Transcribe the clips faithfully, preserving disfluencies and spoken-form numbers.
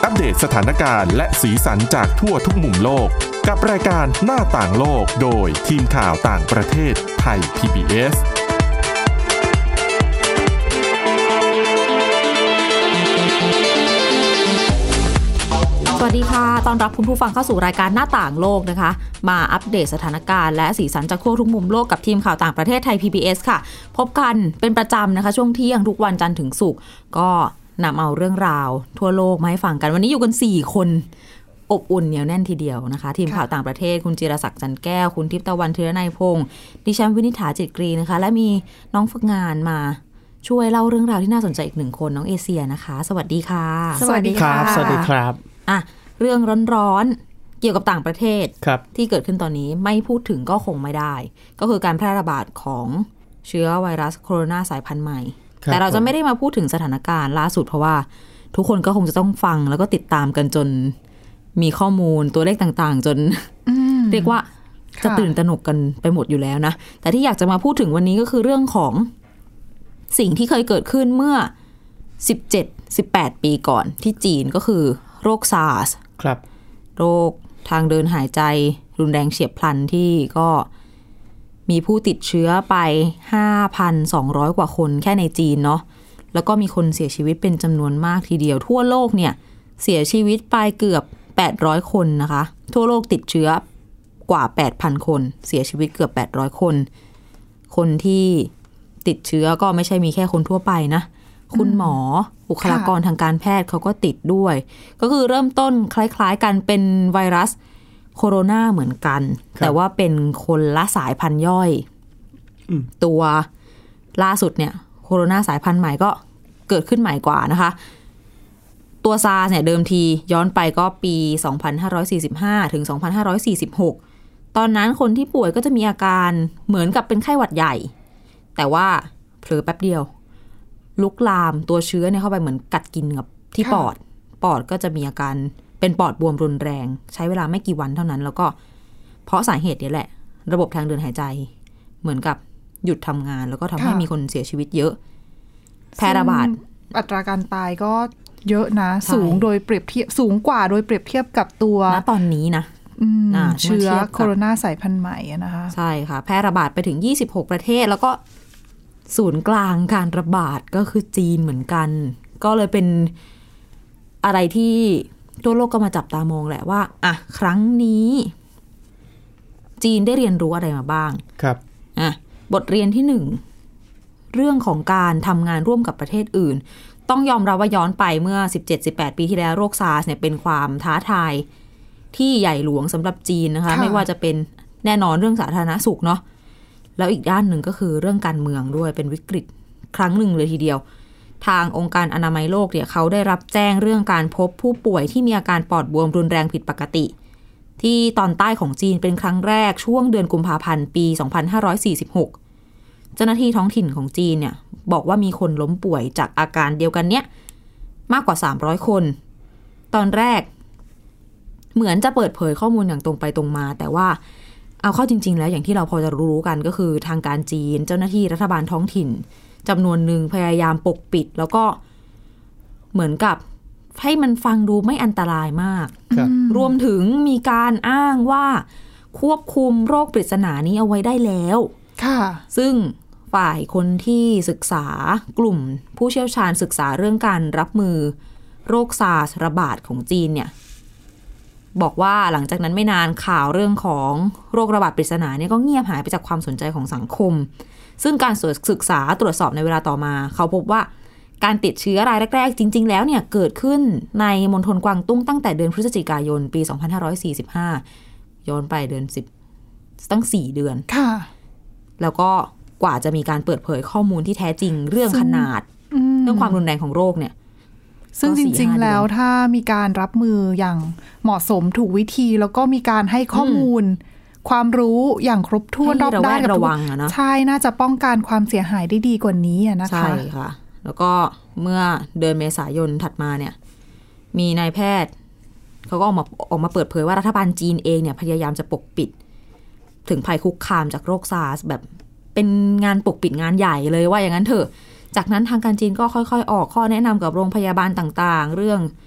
อัปเดตสถานการณ์และสีสันจากทั่วทุกมุมโลกกับรายการหน้าต่างโลกโดยทีมข่าวต่างประเทศไทย พี บี เอสสวัสดีค่ะต้อนรับคุณผู้ฟังเข้าสู่รายการหน้าต่างโลกนะคะมาอัปเดตสถานการณ์และสีสันจากทั่วทุกมุมโลกกับทีมข่าวต่างประเทศไทย พี บี เอส ค่ะพบกันเป็นประจำนะคะช่วงเที่ยงทุกวันจันทร์ถึงศุกร์ก็นำเอาเรื่องราวทั่วโลกมาให้ฟังกันวันนี้อยู่กันสี่คนอบอุ่นเหนียวแน่นทีเดียวนะคะทีมข่าวต่างประเทศคุณจิรศักดิ์จันแก้วคุณทิพย์ตะวันธีรนัยพงศ์ดิฉันวินิษฐาจิตกรีนะคะและมีน้องฝึกงานมาช่วยเล่าเรื่องราวที่น่าสนใจอีกหนึ่งคนน้องเอเชียนะคะสวัสดีค่ะสวัสดีครับสวัสดีครับอ่ะเรื่องร้อนๆเกี่ยวกับต่างประเทศที่เกิดขึ้นตอนนี้ไม่พูดถึงก็คงไม่ได้ก็คือการแพร่ระบาดของเชื้อไวรัสโคโรนาสายพันธุ์ใหม่แต่เราจะไม่ได้มาพูดถึงสถานการณ์ล่าสุดเพราะว่าทุกคนก็คงจะต้องฟังแล้วก็ติดตามกันจนมีข้อมูลตัวเลขต่างๆจนเรียกว่าจะตื่นตระหนกกันไปหมดอยู่แล้วนะแต่ที่อยากจะมาพูดถึงวันนี้ก็คือเรื่องของสิ่งที่เคยเกิดขึ้นเมื่อสิบเจ็ด สิบแปดปีก่อนที่จีนก็คือโรคซาร์สครับโรคทางเดินหายใจรุนแรงเฉียบพลันที่ก็มีผู้ติดเชื้อไป ห้าพันสองร้อย กว่าคนแค่ในจีนเนาะแล้วก็มีคนเสียชีวิตเป็นจำนวนมากทีเดียวทั่วโลกเนี่ยเสียชีวิตไปเกือบแปดร้อยคนนะคะทั่วโลกติดเชื้อกว่า แปดพัน คนเสียชีวิตเกือบแปดร้อยคนคนที่ติดเชื้อก็ไม่ใช่มีแค่คนทั่วไปนะคุณหมอบุคลากรทางการแพทย์เขาก็ติดด้วยก็คือเริ่มต้นคล้ายๆกันเป็นไวรัสโคโรนาเหมือนกันแต่ว่าเป็นคนละสายพันธุ์ย่อยตัวล่าสุดเนี่ยโคโรนาสายพันธุ์ใหม่ก็เกิดขึ้นใหม่กว่านะคะตัวซาร์สเนี่ยเดิมทีย้อนไปก็ปีสองพันห้าร้อยสี่สิบห้าถึงสองพันห้าร้อยสี่สิบหกตอนนั้นคนที่ป่วยก็จะมีอาการเหมือนกับเป็นไข้หวัดใหญ่แต่ว่าเผลอแป๊บเดียวลุกลามตัวเชื้อเนี่ยเข้าไปเหมือนกัดกินกับที่ปอดปอดก็จะมีอาการเป็นปอดบวมรุนแรงใช้เวลาไม่กี่วันเท่านั้นแล้วก็เพราะสาเหตุนี้แหละระบบทางเดินหายใจเหมือนกับหยุดทำงานแล้วก็ทำให้มีคนเสียชีวิตเยอะแพร่ระบาดอัตราการตายก็เยอะนะสูงโดยเปรียบเทียบสูงกว่าโดยเปรียบเทียบกับตัวณตอนนี้นะเชื้อโคโรนาสายพันธุ์ใหม่นะคะใช่ค่ะแพร่ระบาดไปถึงยี่สิบหกประเทศแล้วก็ศูนย์กลางการระบาดก็คือจีนเหมือนกันก็เลยเป็นอะไรที่ทั่วโลกก็มาจับตามองแหละว่าอ่ะครั้งนี้จีนได้เรียนรู้อะไรมาบ้างครับอ่ะบทเรียนที่หนึ่งเรื่องของการทำงานร่วมกับประเทศอื่นต้องยอมรับว่าย้อนไปเมื่อ สิบเจ็ด สิบแปด ปีที่แล้วโรคซาร์สเนี่ยเป็นความท้าทายที่ใหญ่หลวงสำหรับจีนนะคะไม่ว่าจะเป็นแน่นอนเรื่องสาธารณสุขเนาะแล้วอีกด้านหนึ่งก็คือเรื่องการเมืองด้วยเป็นวิกฤตครั้งหนึ่งเลยทีเดียวทางองค์การอนามัยโลกเนี่ยเขาได้รับแจ้งเรื่องการพบผู้ป่วยที่มีอาการปอดบวมรุนแรงผิดปกติที่ตอนใต้ของจีนเป็นครั้งแรกช่วงเดือนกุมภาพันธ์ปีสองพันห้าร้อยสี่สิบหกเจ้าหน้าที่ท้องถิ่นของจีนเนี่ยบอกว่ามีคนล้มป่วยจากอาการเดียวกันเนี้ยมากกว่าสามร้อยคนตอนแรกเหมือนจะเปิดเผยข้อมูลอย่างตรงไปตรงมาแต่ว่าเอาเข้าจริงๆแล้วอย่างที่เราพอจะรู้กันก็คือทางการจีนเจ้าหน้าที่รัฐบาลท้องถิ่นจำนวนหนึ่งพยายามปกปิดแล้วก็เหมือนกับให้มันฟังดูไม่อันตรายมากรวมถึงมีการอ้างว่าควบคุมโรคปริศนานี้เอาไว้ได้แล้วซึ่งฝ่ายคนที่ศึกษากลุ่มผู้เชี่ยวชาญศึกษาเรื่องการรับมือโรคซาร์สระบาดของจีนเนี่ยบอกว่าหลังจากนั้นไม่นานข่าวเรื่องของโรคระบาดปริศนาเนี่ยก็เงียบหายไปจากความสนใจของสังคมซึ่งการศึกษาตรวจสอบในเวลาต่อมาเขาพบว่าการติดเชื้อรายแรกๆจริงๆแล้วเนี่ยเกิดขึ้นในมณฑลกวางตุ้งตั้งแต่เดือนพฤศจิกายนปีสองพันห้าร้อยสี่สิบห้าย้อนไปเดือนสิบตั้งสี่เดือนค่ะแล้วก็กว่าจะมีการเปิดเผยข้อมูลที่แท้จริงเรื่องขนาดเรื่องความรุนแรงของโรคเนี่ยซึ่งจริงๆแล้วถ้ามีการรับมืออย่างเหมาะสมถูกวิธีแล้วก็มีการให้ข้อมูลความรู้อย่างครบถ้วนรอบด้านกับระวังอะนะใช่น่าจะป้องกันความเสียหายได้ดีกว่านี้นะคะใช่ค่ะแล้วก็เมื่อเดือนเมษายนถัดมาเนี่ยมีนายแพทย์เขาก็ออกมาออกมาเปิดเผยว่ารัฐบาลจีนเองเนี่ยพยายามจะปกปิดถึงภัยคุกคามจากโรคซาร์สแบบเป็นงานปกปิดงานใหญ่เลยว่าอย่างนั้นเถอะจากนั้นทางการจีนก็ค่อยๆออกข้อแนะนำกับโรงพยาบาลต่างๆเรื่อง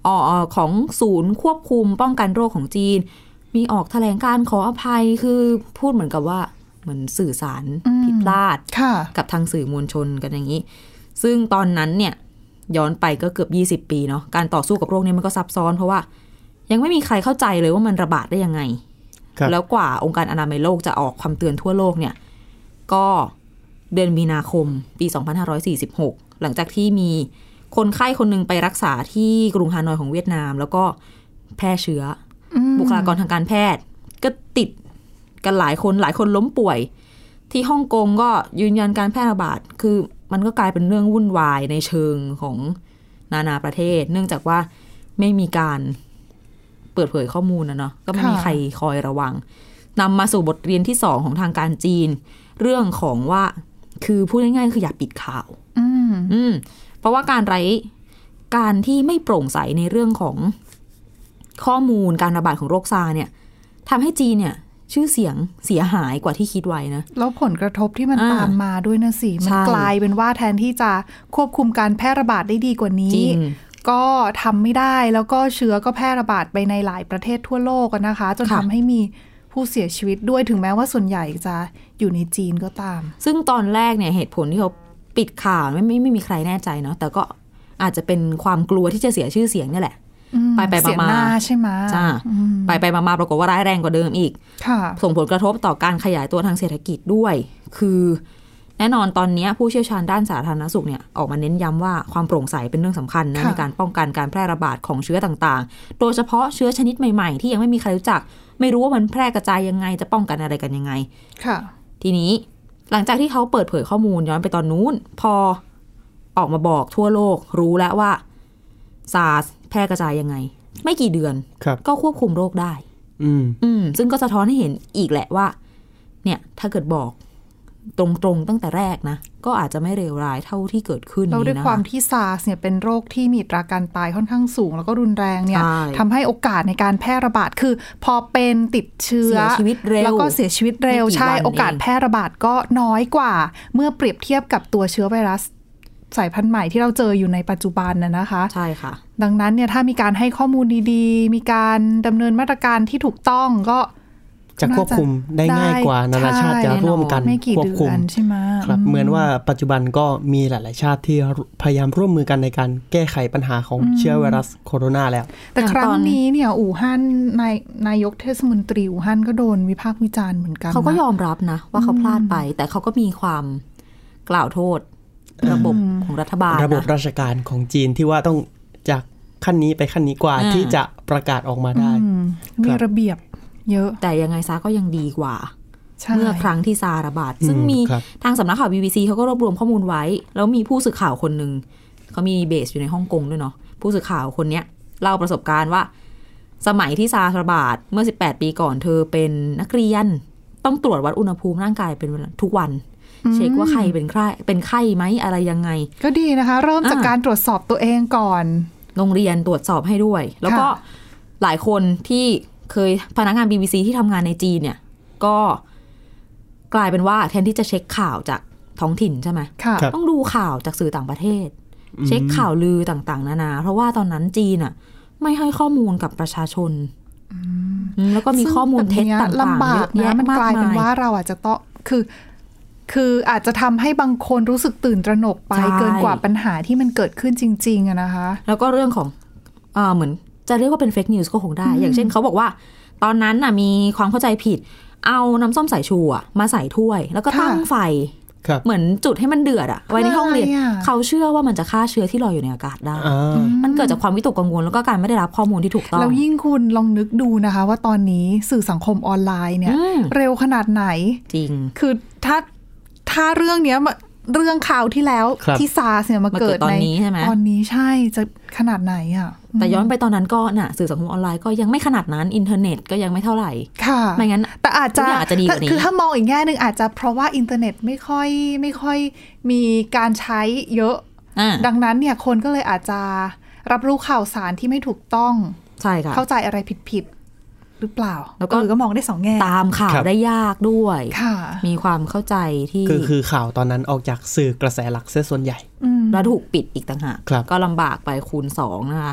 ออของศูนย์ควบคุมป้องกันโรคของจีนมีออกแถลงการขออภัยคือพูดเหมือนกับว่าเหมือนสื่อสารผิดพลาดกับทางสื่อมวลชนกันอย่างนี้ซึ่งตอนนั้นเนี่ยย้อนไปก็เกือบยี่สิบปีเนาะการต่อสู้กับโรคนี้มันก็ซับซ้อนเพราะว่ายังไม่มีใครเข้าใจเลยว่ามันระบาดได้ยังไงแล้วกว่าองค์การอนามัยโลกจะออกคำเตือนทั่วโลกเนี่ยก็เดือนมีนาคมปีสองพันห้าร้อยสี่สิบหกหลังจากที่มีคนไข้คนนึงไปรักษาที่กรุงฮานอยของเวียดนามแล้วก็แพร่เชื้อบุคลากรทางการแพทย์ก็ติดกันหลายคนหลายคนล้มป่วยที่ฮ่องกงก็ยืนยันการแพร่ระบาดคือมันก็กลายเป็นเรื่องวุ่นวายในเชิงของนานาประเทศเนื่องจากว่าไม่มีการเปิดเผยข้อมูลนะเนาะก็ไม่มีใครคอยระวังนำมาสู่บทเรียนที่สองของทางการจีนเรื่องของว่าคือพูดง่ายๆคืออย่าปิดข่าวอืมอืมเพราะว่าการไร้การที่ไม่โปร่งใสในเรื่องของข้อมูลการระบาดของโรคซาร์เนี่ยทำให้จีนเนี่ยชื่อเสียงเสียหายกว่าที่คิดไว้นะแล้วผลกระทบที่มันตามมาด้วยนะสิมันกลายเป็นว่าแทนที่จะควบคุมการแพร่ระบาดได้ดีกว่านี้ก็ทำไม่ได้แล้วก็เชื้อก็แพร่ระบาดไปในหลายประเทศทั่วโลกนะคะจนทำให้มีผู้เสียชีวิตด้วยถึงแม้ว่าส่วนใหญ่จะอยู่ในจีนก็ตามซึ่งตอนแรกเนี่ยเหตุผลที่เขาปิดข่าวไม่ไม่ไม่มีใครแน่ใจเนาะแต่ก็อาจจะเป็นความกลัวที่จะเสียชื่อเสียงนี่แหละไปไปมามาใช่ไหมจ้าไปไปมามาปรากฏว่าร้ายแรงกว่าเดิมอีกส่งผลกระทบต่อการขยายตัวทางเศรษฐกิจด้วยคือแน่นอนตอนนี้ผู้เชี่ยวชาญด้านสาธารณสุขเนี่ยออกมาเน้นย้ำว่าความโปร่งใสเป็นเรื่องสำคัญนะในการป้องกันการแพร่ระบาดของเชื้อต่างๆโดยเฉพาะเชื้อชนิดใหม่ๆที่ยังไม่มีใครรู้จักไม่รู้ว่ามันแพร่กระจายยังไงจะป้องกันอะไรกันยังไงค่ะทีนี้หลังจากที่เขาเปิดเผยข้อมูลย้อนไปตอนนู้นพอออกมาบอกทั่วโลกรู้แล้วว่าซาร์สแพร่กระจายยังไงไม่กี่เดือนก็ควบคุมโรคได้อืมอืมซึ่งก็สะท้อนให้เห็นอีกแหละว่าเนี่ยถ้าเกิดบอกตรงๆตั้งแต่แรกนะก็อาจจะไม่เลวร้ายเท่าที่เกิดขึ้นเราด้วยความที่ซาร์สเนี่ยเป็นโรคที่มีอัตราการตายค่อนข้างสูงแล้วก็รุนแรงเนี่ยทำให้โอกาสในการแพร่ระบาดคือพอเป็นติดเชื้อแล้วก็เสียชีวิตเร็วใช่โอกาสแพร่ระบาดก็น้อยกว่าเมื่อเปรียบเทียบกับตัวเชื้อไวรัสสายพันธุ์ใหม่ที่เราเจออยู่ในปัจจุบันน่ะนะคะใช่ค่ะดังนั้นเนี่ยถ้ามีการให้ข้อมูลดีๆมีการดำเนินมาตรการที่ถูกต้องก็จะควบคุมได้ง่ายกว่านานาชาติจะร่วมกันควบคุมใช่ไหมครับเหมือนว่าปัจจุบันก็มีหลายๆชาติที่พยายามร่วมมือกันในการแก้ไขปัญหาของเชื้อไวรัสโคโรนาแล้วแต่ครั้งนี้เนี่ยอู่ฮั่นนายนายกเทศมนตรีอู่ฮั่นก็โดนวิพากษ์วิจารณ์เหมือนกันเขาก็ยอมรับนะว่าเขาพลาดไปแต่เขาก็มีความกล่าวโทษระบบของรัฐบาลระบบราชการของจีนที่ว่าต้องจากขั้นนี้ไปขั้นนี้กว่าที่จะประกาศออกมาได้มีระเบียบเยอะแต่ยังไงซาก็ยังดีกว่าเมื่อครั้งที่ซาระบาดซึ่งมีทางสำนักข่าว บี บี ซี เขาก็รวบรวมข้อมูลไว้แล้วมีผู้สื่อข่าวคนหนึ่งเขามีเบสอยู่ในฮ่องกงด้วยเนาะผู้สื่อข่าวคนนี้เล่าประสบการณ์ว่าสมัยที่ซาระบาดเมื่อสิบแปดปีก่อนเธอเป็นนักเรียนต้องตรวจวัดอุณหภูมิร่างกายเป็นทุกวันเช็คว่าใครเป็นไข้เป็นไข้ไหมอะไรยังไงก็ดีนะคะเริ่มจากการตรวจสอบตัวเองก่อนโรงเรียนตรวจสอบให้ด้วยแล้วก็หลายคนที่เคยพนักงาน บี บี ซี ที่ทำงานในจีนเนี่ยก็กลายเป็นว่าแทนที่จะเช็คข่าวจากท้องถิ่นใช่ไหมต้องดูข่าวจากสื่อต่างประเทศเช็คข่าวลือต่างๆนานาเพราะว่าตอนนั้นจีนอ่ะไม่ให้ข้อมูลกับประชาชนแล้วก็มีข้อมูลเท็จต่างๆเยอะแยะมันกลายเป็นว่าเราอาจจะต้องคือคืออาจจะทำให้บางคนรู้สึกตื่นตระหนกไปเกินกว่าปัญหาที่มันเกิดขึ้นจริงๆอะนะคะแล้วก็เรื่องของอ่าเหมือนจะเรียกว่าเป็นเฟกนิวส์ก็คงได้อย่างเช่นเขาบอกว่าตอนนั้นน่ะมีความเข้าใจผิดเอาน้ำส้มสายชูอ่ะมาใส่ถ้วยแล้วก็ตั้งไฟเหมือนจุดให้มันเดือดอ่ะไว้ในห้องเรียนเขาเชื่อว่ามันจะฆ่าเชื้อที่ลอยอยู่ในอากาศได้มันเกิดจากความวิตกกังวลแล้วก็การไม่ได้รับข้อมูลที่ถูกต้องแล้วยิ่งคุณลองนึกดูนะคะว่าตอนนี้สื่อสังคมออนไลน์เนี่ยเร็วขนาดไหนจริงคือถ้าถ้าเรื่องเนี้ยเรื่องข่าวที่แล้วที่ซาร์สเนี่ยมาเกิดตอนนี้ใช่ไหมตอนนี้ใช่จะขนาดไหนอ่ะแต่ย้อนไปตอนนั้นก็น่ะสื่อสังคมออนไลน์ก็ยังไม่ขนาดนั้นอินเทอร์เน็ตก็ยังไม่เท่าไหร่ค่ะไม่งั้นแต่อาจจะอาจจะดีกว่านี้คือถ้ามองอีกแง่นึงอาจจะเพราะว่าอินเทอร์เน็ตไม่ค่อยไม่ค่อยมีการใช้เยอะดังนั้นเนี่ยคนก็เลยอาจจะรับรู้ข่าวสารที่ไม่ถูกต้องใช่ค่ะเข้าใจอะไรผิดหรือเปล่าแล้วก็ก็มองได้สองแง่ตามข่าวได้ยากด้วยมีความเข้าใจที่คือคือข่าวตอนนั้นออกจากสื่อกระแสหลักเสียส่วนใหญ่แล้วถูกปิดอีกต่างหากก็ลำบากไปคูณสองนะคะ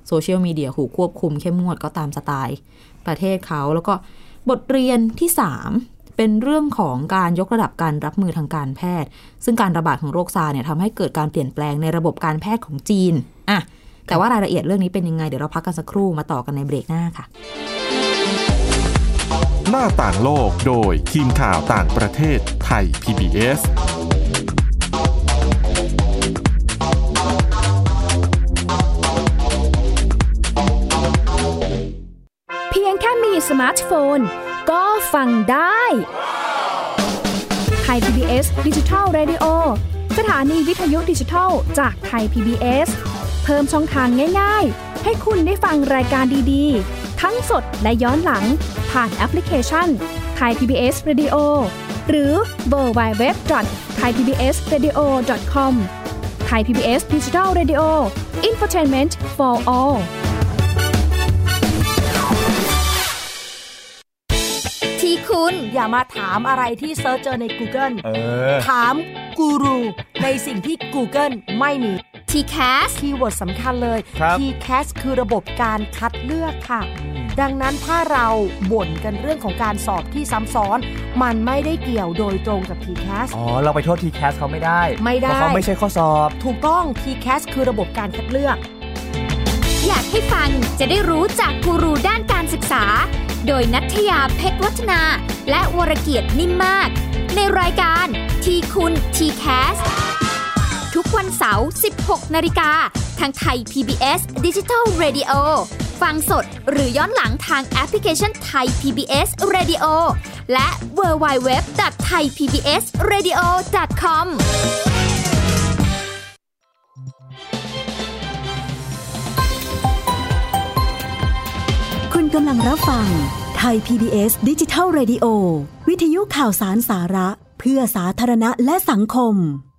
โซเชียลมีเดียถูกควบคุมเข้มงวดก็ตามสไตล์ประเทศเขาแล้วก็บทเรียนที่สามเป็นเรื่องของการยกระดับการรับมือทางการแพทย์ซึ่งการระบาดของโรคซาร์เนี่ยทำให้เกิดการเปลี่ยนแปลงในระบบการแพทย์ของจีนอ่ะแต่ว่ารายละเอียดเรื่องนี้เป็นยังไงเดี๋ยวเราพักกันสักครู่มาต่อกันในเบรกหน้าค่ะหน้าต่างโลกโดยทีมข่าวต่างประเทศไทย พี บี เอสเพียงแค่มีสมาร์ทโฟนก็ฟังได้ไทย พี บี เอส Digital Radio สถานีวิทยุดิจิทัลจากไทย พี บี เอส เพิ่มช่องทางง่ายๆให้คุณได้ฟังรายการดีๆทั้งสดและย้อนหลังผ่านแอปพลิเคชัน Thai พี บี เอส Radio หรือ ดับเบิลยู ดับเบิลยู ดับเบิลยู ดอท ไทยพีบีเอสเรดิโอ ดอท คอม Thai พี บี เอส Digital Radio Infotainment for all ที่คุณอย่ามาถามอะไรที่เซิร์ชเจอใน Google เออถามกูรูในสิ่งที่ Google ไม่มี ที แคส คีย์เวิร์ดสำคัญเลย ที แคส คือระบบการคัดเลือกค่ะดังนั้นถ้าเราบ่นกันเรื่องของการสอบที่ซ้ำซ้อนมันไม่ได้เกี่ยวโดยตรงกับ ที แคสอ๋อเราไปโทษ ที แคส เขาไม่ได้ไม่ได้เพราะเขาไม่ใช่ข้อสอบถูกต้อง ที แคส คือระบบการคัดเลือกอยากให้ฟังจะได้รู้จากกูรูด้านการศึกษาโดยณัฐยาเพชรวัฒนาและวรเกียรตินิ่มมากในรายการทีคุณ ที แคส ทุกวันเสาร์ สิบหกนาฬิกาทางไทย พี บี เอส Digital Radio ฟังสดหรือย้อนหลังทางแอปพลิเคชันไทย พี บี เอส Radio และ ดับเบิลยู ดับเบิลยู ดับเบิลยู ดอท ไทยพีบีเอสเรดิโอ ดอท คอมคุณกำลังรับฟังไทย พี บี เอส Digital Radio วิทยุข่าวสารสาระเพื่อสาธารณะและสังคม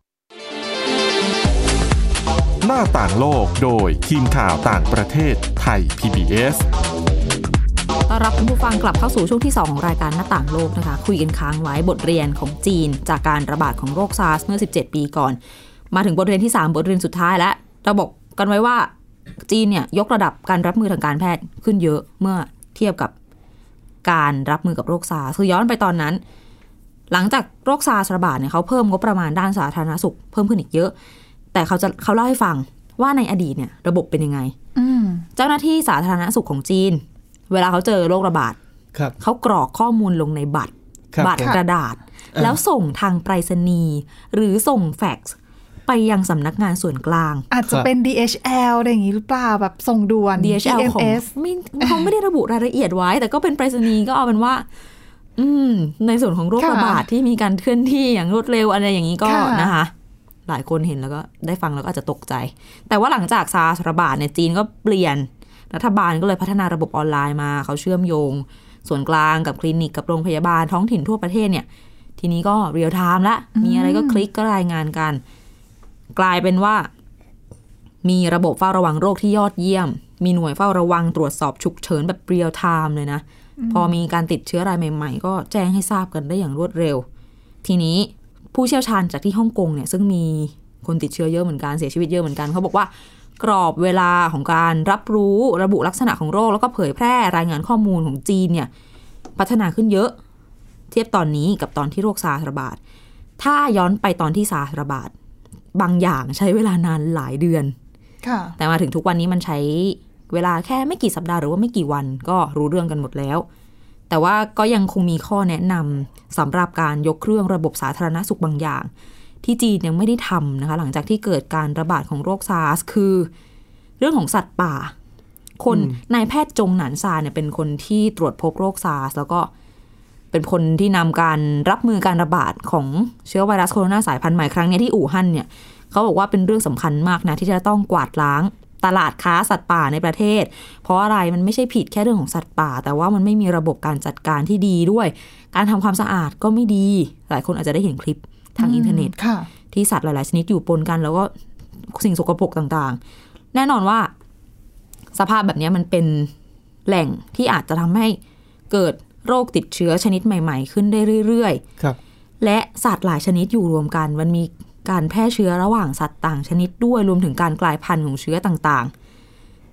หน้าต่างโลกโดยทีมข่าวต่างประเทศไทย พี บี เอสต้อนรับคุณผู้ฟังกลับเข้าสู่ช่วงที่สองของรายการหน้าต่างโลกนะคะคุยกันค้างไว้บทเรียนของจีนจากการระบาดของโรคซาร์สเมื่อสิบเจ็ดปีก่อนมาถึงบทเรียนที่สามบทเรียนสุดท้ายแล้วเราบอกกันไว้ว่าจีนเนี่ยยกระดับการรับมือทางการแพทย์ขึ้นเยอะเมื่อเทียบกับการรับมือกับโรคซาร์สคือย้อนไปตอนนั้นหลังจากโรคซาร์สระบาดเนี่ยเขาเพิ่มงบประมาณด้านสาธารณสุขเพิ่มขึ้นอีกเยอะแต่เขาจะเขาเล่าให้ฟังว่าในอดีตเนี่ยระบบเป็นยังไงเจ้าหน้าที่สาธารณสุขของจีนเวลาเขาเจอโรคระบาดเขากรอกข้อมูลลงในบัตรบัตรกระดาษแล้วส่งทางไปรษณีย์หรือส่งแฟกซ์ไปยังสำนักงานส่วนกลางอาจจะเป็น ดี เอช แอล อะไรอย่างนี้หรือเปล่าแบบส่งด่วนดี เอช แอล ของไม่เขาไม่ได้ระบุรายละเอียดไว้แต่ก็เป็นไปรษณีย์ก็เอาเป็นว่าอืมในส่วนของโรคระบาดที่มีการเคลื่อนที่อย่างรวดเร็วอะไรอย่างนี้ก็นะคะหลายคนเห็นแล้วก็ได้ฟังแล้วก็อาจจะตกใจแต่ว่าหลังจากซาร์สระบาดเนี่ยจีนก็เปลี่ยนรัฐบาลก็เลยพัฒนาระบบออนไลน์มาเขาเชื่อมโยงส่วนกลางกับคลินิกกับโรงพยาบาลท้องถิ่นทั่วประเทศเนี่ยทีนี้ก็เรียลไทม์ละมีอะไรก็คลิกก็รายงานกันกลายเป็นว่ามีระบบเฝ้าระวังโรคที่ยอดเยี่ยมมีหน่วยเฝ้าระวังตรวจสอบฉุกเฉินแบบเรียลไทม์เลยนะพอมีการติดเชื้อรายใหม่ๆก็แจ้งให้ทราบกันได้อย่างรวดเร็วทีนี้ผู้เชี่ยวชาญจากที่ฮ่องกงเนี่ยซึ่งมีคนติดเชื้อเยอะเหมือนกันเสียชีวิตเยอะเหมือนกันเขาบอกว่ากรอบเวลาของการรับรู้ระบุลักษณะของโรคแล้วก็เผยแพร่รายงานข้อมูลของจีนเนี่ยพัฒนาขึ้นเยอะเทียบตอนนี้กับตอนที่โรคซาร์สระบาดถ้าย้อนไปตอนที่ซาร์สระบาดบางอย่างใช้เวลานานหลายเดือนแต่มาถึงทุกวันนี้มันใช้เวลาแค่ไม่กี่สัปดาห์หรือว่าไม่กี่วันก็รู้เรื่องกันหมดแล้วแต่ว่าก็ยังคงมีข้อแนะนำสำหรับการยกเครื่องระบบสาธารณสุขบางอย่างที่จีนยังไม่ได้ทำนะคะหลังจากที่เกิดการระบาดของโรคซาร์สคือเรื่องของสัตว์ป่าคนนายแพทย์จงหนานซานเนี่ยเป็นคนที่ตรวจพบโรคซาร์สแล้วก็เป็นคนที่นำการรับมือการระบาดของเชื้อไวรัสโคโรนาสายพันธุ์ใหม่ครั้งนี้ที่อู่ฮั่นเนี่ยเขาบอกว่าเป็นเรื่องสำคัญมากนะที่จะต้องกวาดล้างตลาดค้าสัตว์ป่าในประเทศเพราะอะไรมันไม่ใช่ผิดแค่เรื่องของสัตว์ป่าแต่ว่ามันไม่มีระบบการจัดการที่ดีด้วยการทำความสะอาดก็ไม่ดีหลายคนอาจจะได้เห็นคลิปทางอินเทอร์เน็ตที่สัตว์หลายๆชนิดอยู่ปนกันแล้วก็สิ่งสกปรกต่างๆแน่นอนว่าสภาพแบบนี้มันเป็นแหล่งที่อาจจะทำให้เกิดโรคติดเชื้อชนิดใหม่ๆขึ้นได้เรื่อยๆและสัตว์หลายชนิดอยู่รวมกันมันมีการแพร่เชื้อระหว่างสัตว์ต่างชนิดด้วยรวมถึงการกลายพันธุ์ของเชื้อต่างๆ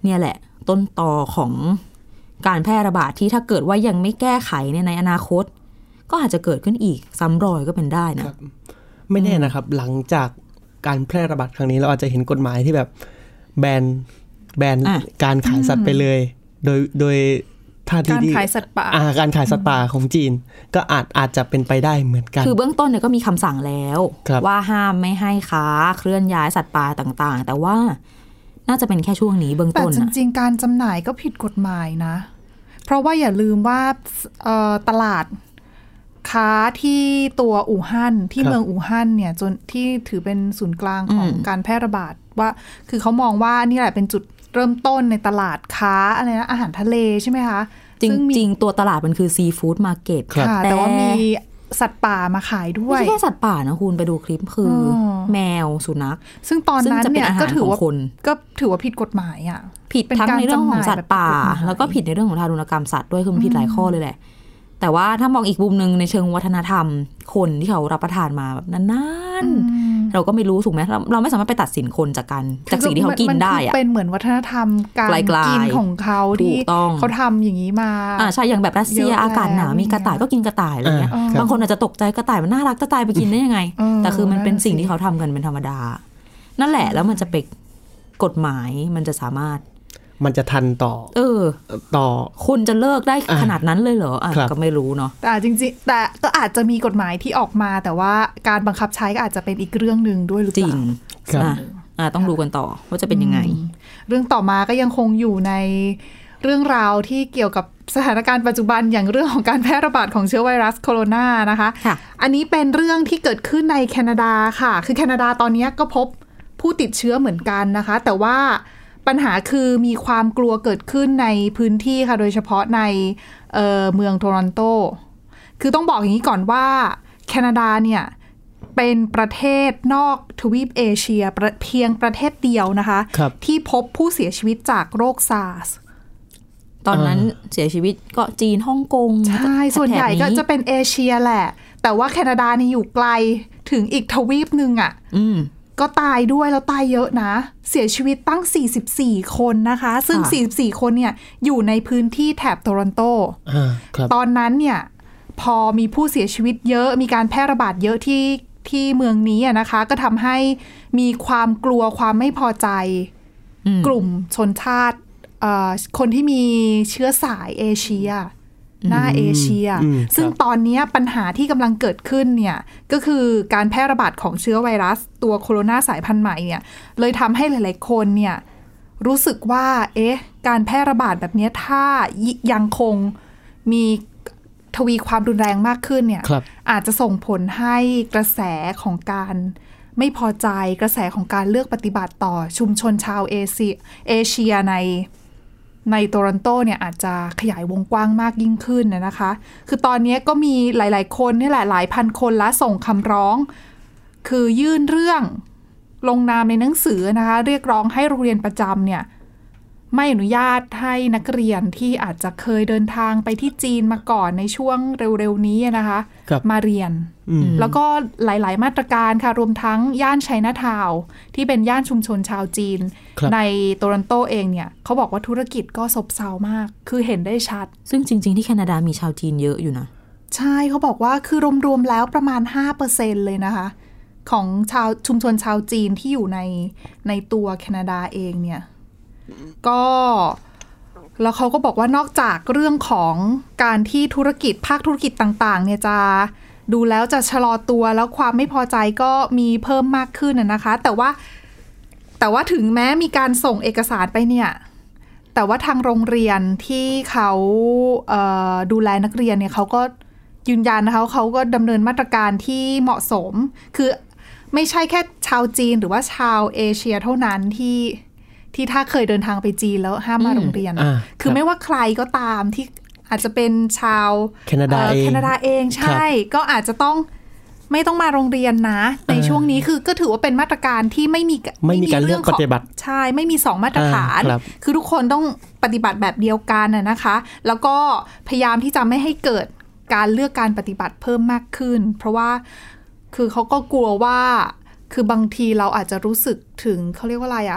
เนี่ยแหละต้นตอของการแพร่ระบาดที่ถ้าเกิดว่ายังไม่แก้ไขในอนาคตก็อาจจะเกิดขึ้นอีกซ้ำรอยก็เป็นได้นะไม่แน่นะครับหลังจากการแพร่ระบาดครั้งนี้เราอาจจะเห็นกฎหมายที่แบบแบนแบนการขายสัตว์ไปเลยโดยโดยท่าทีการขายสัตว์ป่าการขายสัตว์ป่าของจีนก็อาจอาจจะเป็นไปได้เหมือนกันคือเบื้องต้นเนี่ยก็มีคำสั่งแล้วว่าห้ามไม่ให้ค้าเคลื่อนย้ายสัตว์ป่าต่างๆแต่ว่าน่าจะเป็นแค่ช่วงนี้เบื้องต้นแต่จริงๆการจำหน่ายก็ผิดกฎหมายนะเพราะว่าอย่าลืมว่าตลาดค้าที่ตัวอู่ฮั่นที่เมืองอู่ฮั่นเนี่ยจนที่ถือเป็นศูนย์กลางของการแพร่ระบาดว่าคือเขามองว่านี่แหละเป็นจุดเริ่มต้นในตลาดค้าอะไรนะอาหารทะเลใช่ไหมคะจริงๆตัวตลาดมันคือซีฟู้ดมาร์เก็ตค่ะแต่ว่ามีสัตว์ป่ามาขายด้วยไม่ใช่แค่สัตว์ป่านะคุณไปดูคลิปคือแมวสุนัขซึ่งตอนนั้นเนี่ยก็ถือว่าก็ถือว่าผิดกฎหมายอ่ะผิดทั้งในเรื่องของสัตว์ป่าแล้วก็ผิดในเรื่องของทารุณกรรมสัตว์ด้วยคือมันผิดหลายข้อเลยแหละแต่ว่าถ้ามองอีกมุมนึงในเชิงวัฒนธรรมคนที่เขารับประทานมาแบบนานๆเราก็ไม่รู้ถูกไหมเราเราไม่สามารถไปตัดสินคนจากการจากสิ่งที่เขากินได้อะเป็นเหมือนวัฒนธรรมการกินของเขาที่เขาทำอย่างนี้มาอ่าใช่อย่างแบบรัสเซียอากาศหนาวมีกระต่ายก็กินกระต่ายอะไรเงี้ยบางคนอาจจะตกใจกระต่ายมันน่ารักจะตายไปกินได้ยังไงแต่คือมันเป็นสิ่งที่เขาทำกันเป็นธรรมดานั่นแหละแล้วมันจะเป็นกฎหมายมันจะสามารถมันจะทันต่อเออต่อคุณจะเลิกได้ขนาดนั้นเลยเหรออ่ะก็ไม่รู้เนาะแต่จริงๆแต่ก็อาจจะมีกฎหมายที่ออกมาแต่ว่าการบังคับใช้ก็อาจจะเป็นอีกเรื่องนึงด้วยหรือเปล่าจริงอ่ะต้องดูกันต่อว่าจะเป็นยังไงเรื่องต่อมาก็ยังคงอยู่ในเรื่องราวที่เกี่ยวกับสถานการณ์ปัจจุบันอย่างเรื่องของการแพร่ระบาดของเชื้อไวรัสโคโรนานะคะอันนี้เป็นเรื่องที่เกิดขึ้นในแคนาดาค่ะคือแคนาดาตอนนี้ก็พบผู้ติดเชื้อเหมือนกันนะคะแต่ว่าปัญหาคือมีความกลัวเกิดขึ้นในพื้นที่ค่ะโดยเฉพาะใน เอ่อ เมืองโตรอนโตคือต้องบอกอย่างนี้ก่อนว่าแคนาดาเนี่ยเป็นประเทศนอกทวีปเอเชียเพียงประเทศเดียวนะคะที่พบผู้เสียชีวิตจากโรคซาร์สตอนนั้นเสียชีวิตก็จีนฮ่องกงใช่ส่วนใหญ่ก็จะเป็นเอเชียแหละแต่ว่าแคนาดานี่อยู่ไกลถึงอีกทวีปนึงอ่ะก็ตายด้วยแล้วตายเยอะนะเสียชีวิตตั้งสี่สิบสี่คนนะคะซึ่งสี่สิบสี่คนเนี่ยอยู่ในพื้นที่แถบโตรอนโตตอนนั้นเนี่ยพอมีผู้เสียชีวิตเยอะมีการแพร่ระบาดเยอะที่ที่เมืองนี้นะคะก็ทำให้มีความกลัวความไม่พอใจกลุ่มชนชาติคนที่มีเชื้อสายเอเชียหน้าเอเชียซึ่งตอนนี้ปัญหาที่กำลังเกิดขึ้นเนี่ยก็คือการแพร่ระบาดของเชื้อไวรัสตัวโคโรนาสายพันธุ์ใหม่เนี่ยเลยทำให้หลายๆคนเนี่ยรู้สึกว่าเอ๊ะการแพร่ระบาดแบบนี้ถ้ายังคงมีทวีความรุนแรงมากขึ้นเนี่ยอาจจะส่งผลให้กระแสของการไม่พอใจกระแสของการเลือกปฏิบัติต่อชุมชนชาวเอเชียเอเชียในในโตรอนโตเนี่ยอาจจะขยายวงกว้างมากยิ่งขึ้นนะคะคือตอนนี้ก็มีหลายๆคนนี่แหละหลายพันคนละส่งคำร้องคือยื่นเรื่องลงนามในหนังสือนะคะเรียกร้องให้โรงเรียนประจำเนี่ยไม่อนุญาตให้นักเรียนที่อาจจะเคยเดินทางไปที่จีนมาก่อนในช่วงเร็วๆนี้นะคะมาเรียนแล้วก็หลายๆมาตรการค่ะรวมทั้งย่านไชน่าทาวน์ที่เป็นย่านชุมชนชาวจีนในโตรอนโตเองเนี่ยเขาบอกว่าธุรกิจก็ซบเซามากคือเห็นได้ชัดซึ่งจริงๆที่แคนาดามีชาวจีนเยอะอยู่นะใช่เขาบอกว่าคือรวมๆแล้วประมาณ ห้าเปอร์เซ็นต์ เลยนะคะของชาวชุมชนชาวจีนที่อยู่ในในตัวแคนาดาเองเนี่ยก็แล้วเขาก็บอกว่านอกจากเรื่องของการที่ธุรกิจภาคธุรกิจต่างๆเนี่ยจะดูแล้วจะชะลอตัวแล้วความไม่พอใจก็มีเพิ่มมากขึ้นนะคะแต่ว่าแต่ว่าถึงแม้มีการส่งเอกสารไปเนี่ยแต่ว่าทางโรงเรียนที่เขาเอ่อดูแลนักเรียนเนี่ยเขาก็ยืนยันนะคะเขาก็ดำเนินมาตรการที่เหมาะสมคือไม่ใช่แค่ชาวจีนหรือว่าชาวเอเชียเท่านั้นที่ที่ถ้าเคยเดินทางไปจีนแล้วห้ามมาโรงเรียนคือไม่ว่าใครก็ตามที่อาจจะเป็นชาวแคนาดาเองแคนาดาเองใช่ก็อาจจะต้องไม่ต้องมาโรงเรียนนะในช่วงนี้คือก็ถือว่าเป็นมาตรการที่ไม่มีไม่มีการเลือกปฏิบัติใช่ไม่มีสองมาตรฐานคือทุกคนต้องปฏิบัติแบบเดียวกันนะคะแล้วก็พยายามที่จะไม่ให้เกิดการเลือกการปฏิบัติเพิ่มมากขึ้นเพราะว่าคือเขาก็กลัวว่าคือบางทีเราอาจจะรู้สึกถึงเขาเรียกว่าอะไรอะ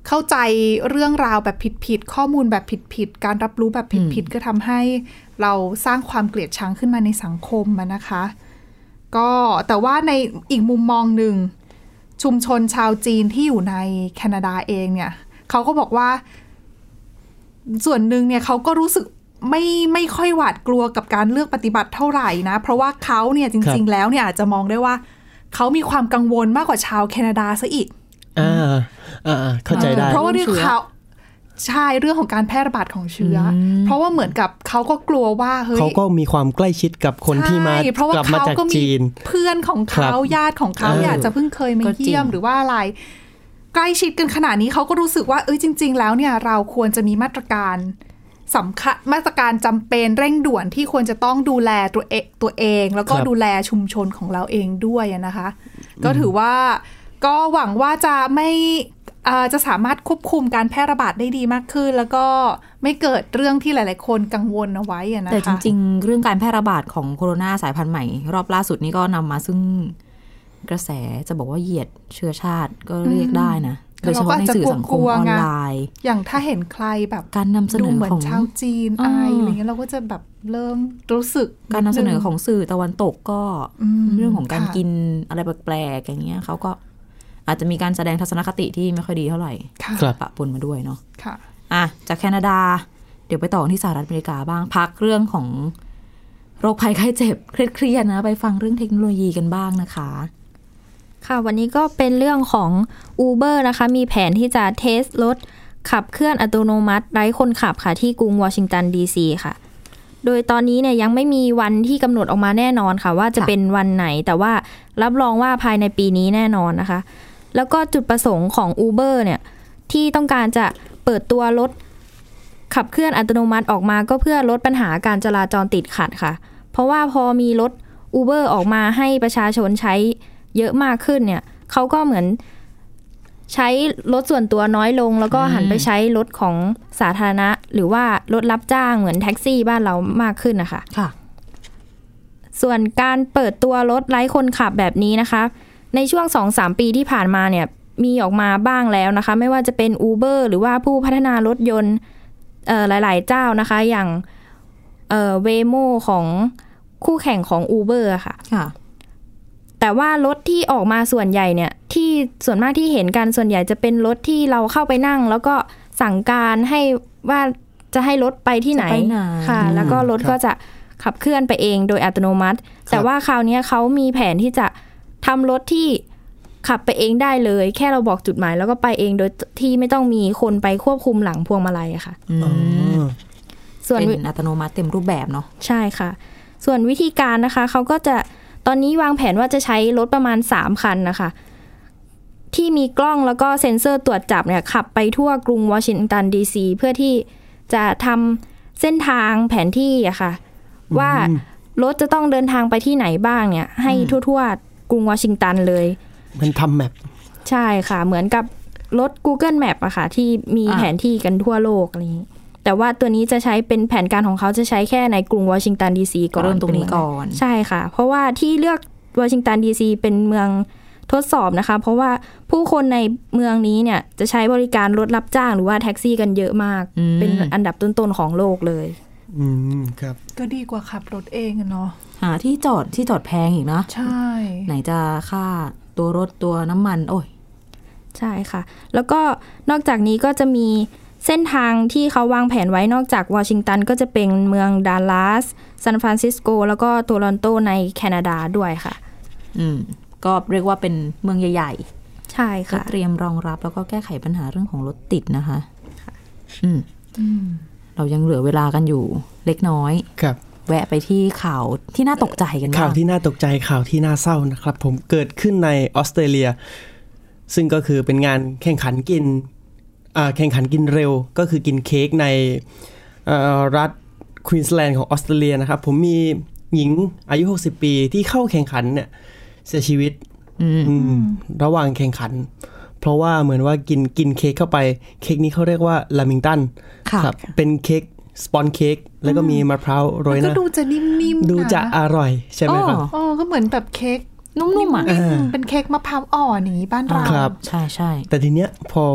เข้าใจเรื่องราวแบบผิดๆข้อมูลแบบผิดๆการรับรู้แบบผิดๆก็ทำให้เราสร้างความเกลียดชังขึ้นมาในสังคมนะคะก็แต่ว่าในอีกมุมมองหนึ่งชุมชนชาวจีนที่อยู่ในแคนาดาเองเนี่ยเขาก็บอกว่าส่วนหนึ่งเนี่ยเขาก็รู้สึกไม่ไม่ค่อยหวาดกลัวกับการเลือกปฏิบัติเท่าไหร่นะเพราะว่าเขาเนี่ยจริงๆแล้วเนี่ยอาจจะมองได้ว่าเขามีความกังวลมากกว่าชาวแคนาดาซะอีกอ่าอ่าเข้าใจได้เพราะว่าเรื่องเขาใช่เรื่องของการแพร่ระบาดของเชื้อเพราะว่าเหมือนกับเขาก็กลัวว่าเฮ้ยเขาก็มีความใกล้ชิดกับคนที่มากลับมาจากจีนเพื่อนของเขาญาติของเขาอยากจะเพิ่งเคยมาเยี่ยมหรือว่าอะไรใกล้ชิดกันขนาดนี้เขาก็รู้สึกว่าเอ้ยจริงๆแล้วเนี่ยเราควรจะมีมาตรการสำคัญมาตรการจำเป็นเร่งด่วนที่ควรจะต้องดูแลตัวเองตัวเองแล้วก็ดูแลชุมชนของเราเองด้วยนะคะก็ถือว่าก็หวังว่าจะไม่จะสามารถควบคุมการแพร่ระบาดได้ดีมากขึ้นแล้วก็ไม่เกิดเรื่องที่หลายๆคนกังวลเอาไว้นะคะแต่จริงๆเรื่องการแพร่ระบาดของโคโรนาสายพันธุ์ใหม่รอบล่าสุดนี้ก็นำมาซึ่งกระแสจะบอกว่าเหยียดเชื้อชาติก็เรียกได้นะโดยเฉพาะในสื่อสังคมออนไลน์อย่างถ้าเห็นใครแบบการนำเสนอของชาวจีนไออะไรเงี้ยเราก็จะแบบเริ่มรู้สึกการนำเสนอของสื่อตะวันตกก็เรื่องของการกินอะไรแปลกๆอย่างเงี้ยเขาก็อาจจะมีการแสดงทัศนคติที่ไม่ค่อยดีเท่าไหร่ปะปนมาด้วยเนาะค่ะอ่ะจากแคนาดาเดี๋ยวไปต่อที่สหรัฐอเมริกาบ้างพักเรื่องของโรคภัยไข้เจ็บเครียดๆนะไปฟังเรื่องเทคโนโลยีกันบ้างนะคะค่ะวันนี้ก็เป็นเรื่องของ Uber นะคะมีแผนที่จะเทสรถขับเคลื่อนอัตโนมัติไร้คนขับค่ะที่กรุงวอชิงตันดีซีค่ะโดยตอนนี้เนี่ยยังไม่มีวันที่กำหนดออกมาแน่นอนค่ะว่าจะเป็นวันไหนแต่ว่ารับรองว่าภายในปีนี้แน่นอนนะคะแล้วก็จุดประสงค์ของ Uber เนี่ยที่ต้องการจะเปิดตัวรถขับเคลื่อนอัตโนมัติออกมาก็เพื่อลดปัญหาการจราจรติดขัดค่ะเพราะว่าพอมีรถ Uber ออกมาให้ประชาชนใช้เยอะมากขึ้นเนี่ยเขาก็เหมือนใช้รถส่วนตัวน้อยลงแล้วก็หันไปใช้รถของสาธารณะหรือว่ารถรับจ้างเหมือนแท็กซี่บ้านเรามากขึ้นนะคะค่ะส่วนการเปิดตัวรถไร้คนขับแบบนี้นะคะในช่วง สองถึงสาม ปีที่ผ่านมาเนี่ยมีออกมาบ้างแล้วนะคะไม่ว่าจะเป็น Uber หรือว่าผู้พัฒนารถยนต์เอ่อหลายๆเจ้านะคะอย่างเอ่อ Waymo ของคู่แข่งของ Uber ค่ะค่ะแต่ว่ารถที่ออกมาส่วนใหญ่เนี่ยที่ส่วนมากที่เห็นกันส่วนใหญ่จะเป็นรถที่เราเข้าไปนั่งแล้วก็สั่งการให้ว่าจะให้รถไปที่ไหนค่ะแล้วก็รถก็จะขับเคลื่อนไปเองโดยอัตโนมัติแต่ว่าคราวนี้เขามีแผนที่จะทำรถที่ขับไปเองได้เลยแค่เราบอกจุดหมายแล้วก็ไปเองโดยที่ไม่ต้องมีคนไปควบคุมหลังพวงมาลัยอะค่ะส่วนเป็นอัตโนมัติเต็มรูปแบบเนาะใช่ค่ะส่วนวิธีการนะคะเขาก็จะตอนนี้วางแผนว่าจะใช้รถประมาณสามคันนะคะที่มีกล้องแล้วก็เซ็นเซอร์ตรวจจับเนี่ยขับไปทั่วกรุงวอชิงตันดีซีเพื่อที่จะทำเส้นทางแผนที่อะค่ะว่ารถจะต้องเดินทางไปที่ไหนบ้างเนี่ยให้ทั่วๆกรุงวอชิงตันเลยมันทำแมปใช่ค่ะเหมือนกับรถ Google Map อะค่ะที่มีแผนที่กันทั่วโลกอะไรอย่างนี้แต่ว่าตัวนี้จะใช้เป็นแผนการของเขาจะใช้แค่ในกรุงวอชิงตันดีซีก่อนเริ่มตรงนี้ก่อนใช่ค่ะเพราะว่าที่เลือกวอชิงตันดีซีเป็นเมืองทดสอบนะคะเพราะว่าผู้คนในเมืองนี้เนี่ยจะใช้บริการรถรับจ้างหรือว่าแท็กซี่กันเยอะมากเป็นอันดับต้นๆของโลกเลยอืมครับก็ดีกว่าขับรถเองเนาะหาที่จอดที่จอดแพงอีกเนาะใช่ไหนจะค่าตัวรถตัวน้ำมันโอ้ยใช่ค่ะแล้วก็นอกจากนี้ก็จะมีเส้นทางที่เขาวางแผนไว้นอกจากวอชิงตันก็จะเป็นเมืองดัลลัสซานฟรานซิสโกแล้วก็โตรอนโตในแคนาดาด้วยค่ะอืมก็เรียกว่าเป็นเมืองใหญ่ๆใช่ค่ะก็เตรียมรองรับแล้วก็แก้ไขปัญหาเรื่องของรถติดนะคะอืมเรายังเหลือเวลากันอยู่เล็กน้อยครับแวะไปที่ข่าวที่น่าตกใจกันบ้างข่าวที่น่าตกใจข่าวที่น่าเศร้านะครับผมเกิดขึ้นในออสเตรเลียซึ่งก็คือเป็นงานแข่งขันกินแข่งขันกินเร็วก็คือกินเค้กในรัฐควีนส์แลนด์ของออสเตรเลียนะครับผมมีหญิงอายุหกสิบปีที่เข้าแข่งขันเนี่ยเสียชีวิตระหว่างแข่งขันเพราะว่าเหมือนว่ากินกินเค้กเข้าไปเค้กนี้เขาเรียกว่าลามิงตันครับเป็นเค้กสปอนเค้กแล้วก็มีมะพร้าวโรยหน้าก็ดูจะนิ่มๆดูจะอร่อยใช่ไหมครับอ๋อก็เหมือนแบบเค้กนุ่มๆอ่ะเป็นเค้กมะพร้าวอ่อนอย่างนี้บ้านเราครับใช่ๆแต่ทีเนี้ยพอไป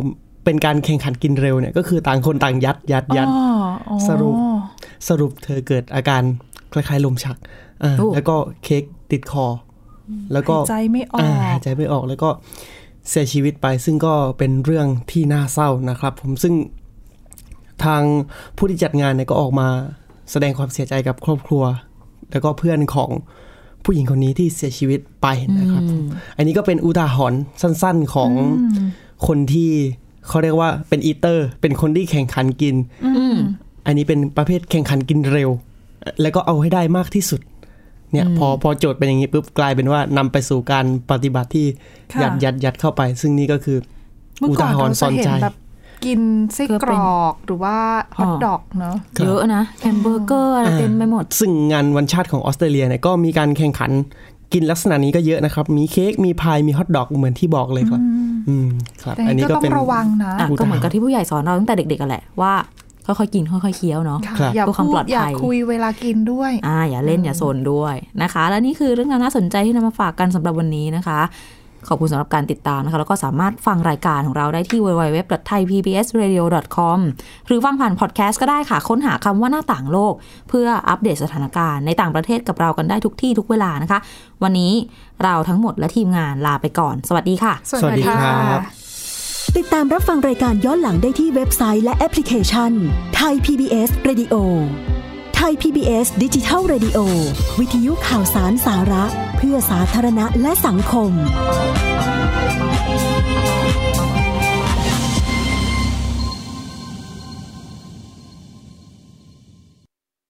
เป็นการแข่งขันกินเร็วเนี่ยก็คือต่างคนต่างยัดยัดยัดสรุปสรุปเธอเกิดอาการคล้ายๆลมชักแล้วก็เค้กติดคอแล้วก็หายใจไม่ออกหายใจไม่ออกแล้วก็เสียชีวิตไปซึ่งก็เป็นเรื่องที่น่าเศร้านะครับผมซึ่งทางผู้ที่จัดงานเนี่ยก็ออกมาแสดงความเสียใจกับครอบครัวแล้วก็เพื่อนของผู้หญิงคนนี้ที่เสียชีวิตไปนะครับอันนี้ก็เป็นอุทาหรณ์สั้นๆของคนที่เขาเรียกว่าเป็นอีเตอร์เป็นคนที่แข่งขันกินอันนี้เป็นประเภทแข่งขันกินเร็วแล้วก็เอาให้ได้มากที่สุดเนี่ยพอพอโจทย์เป็นอย่างนี้ปุ๊บกลายเป็นว่านำไปสู่การปฏิบัติที่ยัดยัดยัดเข้าไปซึ่งนี่ก็คืออุทาหรณ์สอนใจกินไส้กรอกหรือว่าฮอทดอกเนอะเยอะนะแฮมเบอร์เกอร์อะไรเต็มไปหมดซึ่งงานวันชาติของออสเตรเลียเนี่ยก็มีการแข่งขันกินลักษณะนี้ก็เยอะนะครับมีเค้กมีพายมีฮอทดอกเหมือนที่บอกเลยครับอืมครับอันนี้ก็เป็นระวังนะก็เหมือนกับที่ผู้ใหญ่สอนเราตั้งแต่เด็กๆกันแหละว่าค่อยๆกินค่อยๆเคี้ยวเนาะอย่าพูดอย่าคุยเวลากินด้วยอ่าอย่าเล่นอย่าโซนด้วยนะคะและนี่คือเรื่องน่าสนใจที่นำมาฝากกันสำหรับวันนี้นะคะขอบคุณสำหรับการติดตามนะคะแล้วก็สามารถฟังรายการของเราได้ที่ ดับเบิลยู ดับเบิลยู ดับเบิลยู ดอท ไทย พี บี เอส เรดิโอ ดอท คอม หรือฟังผ่านพอดแคสต์ก็ได้ค่ะค้นหาคำว่าหน้าต่างโลกเพื่ออัปเดตสถานการณ์ในต่างประเทศกับเรากันได้ทุกที่ทุกเวลานะคะวันนี้เราทั้งหมดและทีมงานลาไปก่อนสวัสดีค่ะสวัสดีค่ะติดตามรับฟังรายการย้อนหลังได้ที่เว็บไซต์และแอปพลิเคชัน Thai พี บี เอส Radio Thai พี บี เอส Digital Radio วิทยุข่าวสารสาระเพื่อสาธารณะและสังคม